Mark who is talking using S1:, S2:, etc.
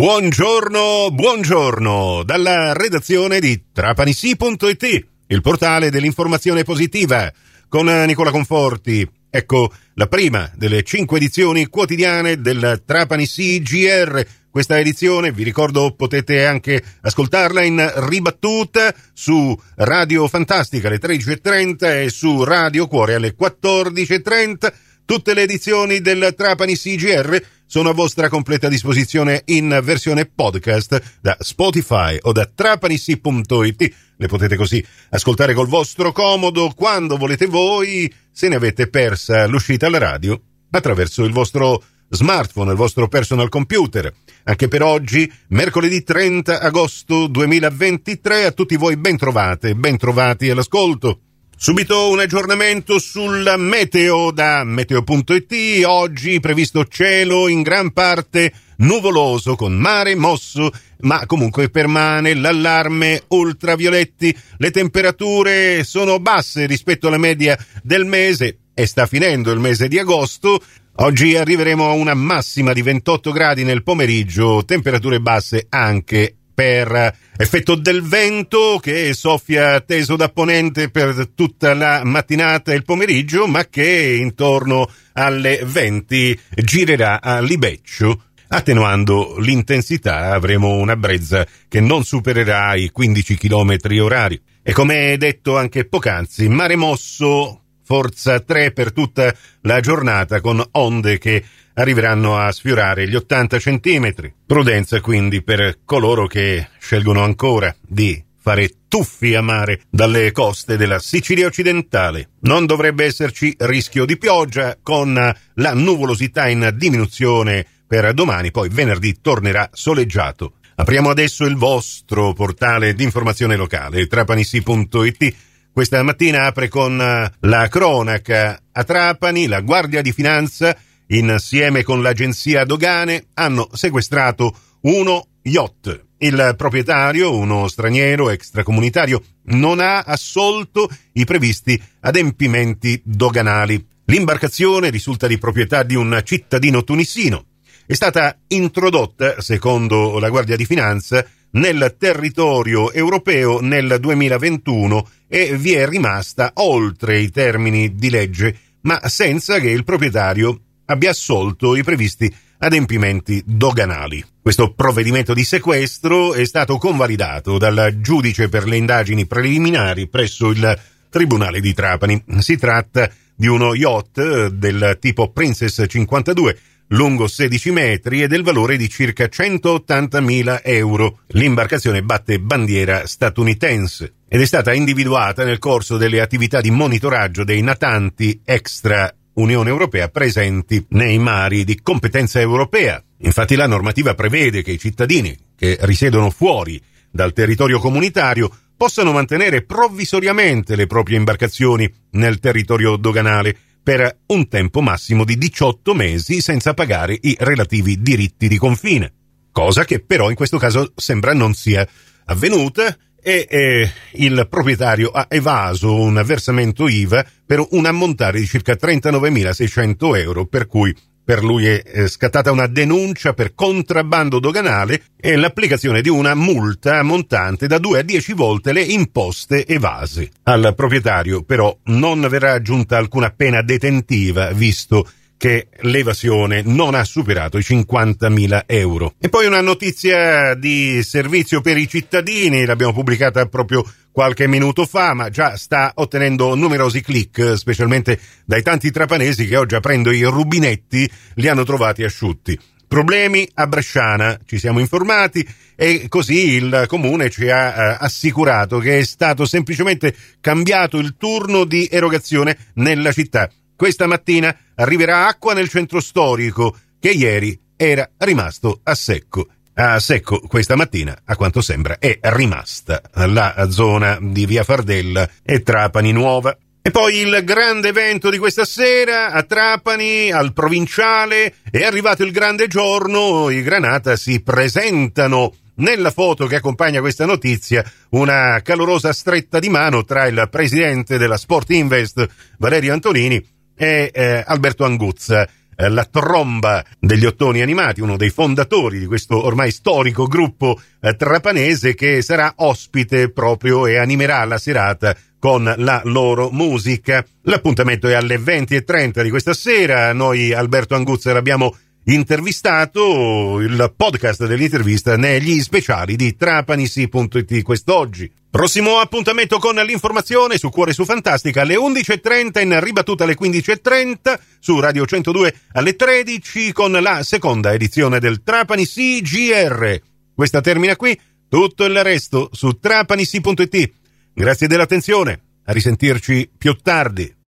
S1: Buongiorno dalla redazione di trapanisi.it, il portale dell'informazione positiva, con Nicola Conforti. Ecco la prima delle 5 edizioni quotidiane del Trapani CGR. Questa edizione, vi ricordo, potete anche ascoltarla in ribattuta su Radio Fantastica alle 13.30 e su Radio Cuore alle 14.30. Tutte le edizioni del Trapani CGR sono a vostra completa disposizione in versione podcast da Spotify o da trapanisi.it. Le potete così ascoltare col vostro comodo quando volete voi, se ne avete persa l'uscita alla radio, attraverso il vostro smartphone, il vostro personal computer. Anche per oggi, mercoledì 30 agosto 2023, a tutti voi ben trovati all'ascolto. Subito un aggiornamento sul meteo da meteo.it. Oggi previsto cielo in gran parte nuvoloso con mare mosso, ma comunque permane l'allarme ultravioletti. Le temperature sono basse rispetto alla media del mese e sta finendo il mese di agosto. Oggi arriveremo a una massima di 28 gradi nel pomeriggio, temperature basse anche per effetto del vento che soffia teso da ponente per tutta la mattinata e il pomeriggio, ma che intorno alle 20 girerà a libeccio. Attenuando l'intensità avremo una brezza che non supererà i 15 km orari. E come detto anche poc'anzi, mare mosso, forza 3 per tutta la giornata, con onde che arriveranno a sfiorare gli 80 centimetri. Prudenza quindi per coloro che scelgono ancora di fare tuffi a mare dalle coste della Sicilia occidentale. Non dovrebbe esserci rischio di pioggia, con la nuvolosità in diminuzione per domani, poi venerdì tornerà soleggiato. Apriamo adesso il vostro portale di informazione locale, trapanisi.it. Questa mattina apre con la cronaca. A Trapani la Guardia di Finanza, insieme con l'Agenzia Dogane, hanno sequestrato uno yacht. Il proprietario, uno straniero extracomunitario, non ha assolto i previsti adempimenti doganali. L'imbarcazione risulta di proprietà di un cittadino tunisino. È stata introdotta, secondo la Guardia di Finanza, nel territorio europeo nel 2021 e vi è rimasta oltre i termini di legge, ma senza che il proprietario abbia assolto i previsti adempimenti doganali. Questo provvedimento di sequestro è stato convalidato dal giudice per le indagini preliminari presso il Tribunale di Trapani. Si tratta di uno yacht del tipo Princess 52, lungo 16 metri e del valore di circa 180.000 euro. L'imbarcazione batte bandiera statunitense ed è stata individuata nel corso delle attività di monitoraggio dei natanti extra Unione Europea presenti nei mari di competenza europea. Infatti la normativa prevede che i cittadini che risiedono fuori dal territorio comunitario possano mantenere provvisoriamente le proprie imbarcazioni nel territorio doganale per un tempo massimo di 18 mesi senza pagare i relativi diritti di confine, cosa che però in questo caso sembra non sia avvenuta e il proprietario ha evaso un versamento IVA per un ammontare di circa 39.600 euro, per cui per lui è scattata una denuncia per contrabbando doganale e l'applicazione di una multa ammontante da 2 a 10 volte le imposte evase. Al proprietario però non verrà aggiunta alcuna pena detentiva, visto che l'evasione non ha superato i 50.000 euro. E poi una notizia di servizio per i cittadini, l'abbiamo pubblicata proprio qualche minuto fa, ma già sta ottenendo numerosi click, specialmente dai tanti trapanesi che oggi, aprendo i rubinetti, li hanno trovati asciutti. Problemi a Bresciana, ci siamo informati, e così il comune ci ha assicurato che è stato semplicemente cambiato il turno di erogazione nella città. Questa mattina arriverà acqua nel centro storico, che ieri era rimasto a secco. A secco questa mattina, a quanto sembra, è rimasta la zona di Via Fardella e Trapani Nuova. E poi il grande evento di questa sera a Trapani, al Provinciale, è arrivato il grande giorno. I Granata si presentano. Nella foto che accompagna questa notizia, una calorosa stretta di mano tra il presidente della Sport Invest, Valerio Antonini, e Alberto Anguzza. la tromba degli Ottoni Animati, uno dei fondatori di questo ormai storico gruppo trapanese, che sarà ospite proprio e animerà la serata con la loro musica. L'appuntamento è alle 20:30 di questa sera. Noi Alberto Anguzza l'abbiamo intervistato, il podcast dell'intervista negli speciali di trapanisi.it quest'oggi. Prossimo appuntamento con l'informazione su Cuore su Fantastica alle 11:30, in ribattuta alle 15:30 su Radio 102 alle 13 con la seconda edizione del Trapani CGR. Questa termina qui, tutto il resto su trapanisi.it. Grazie dell'attenzione, a risentirci più tardi.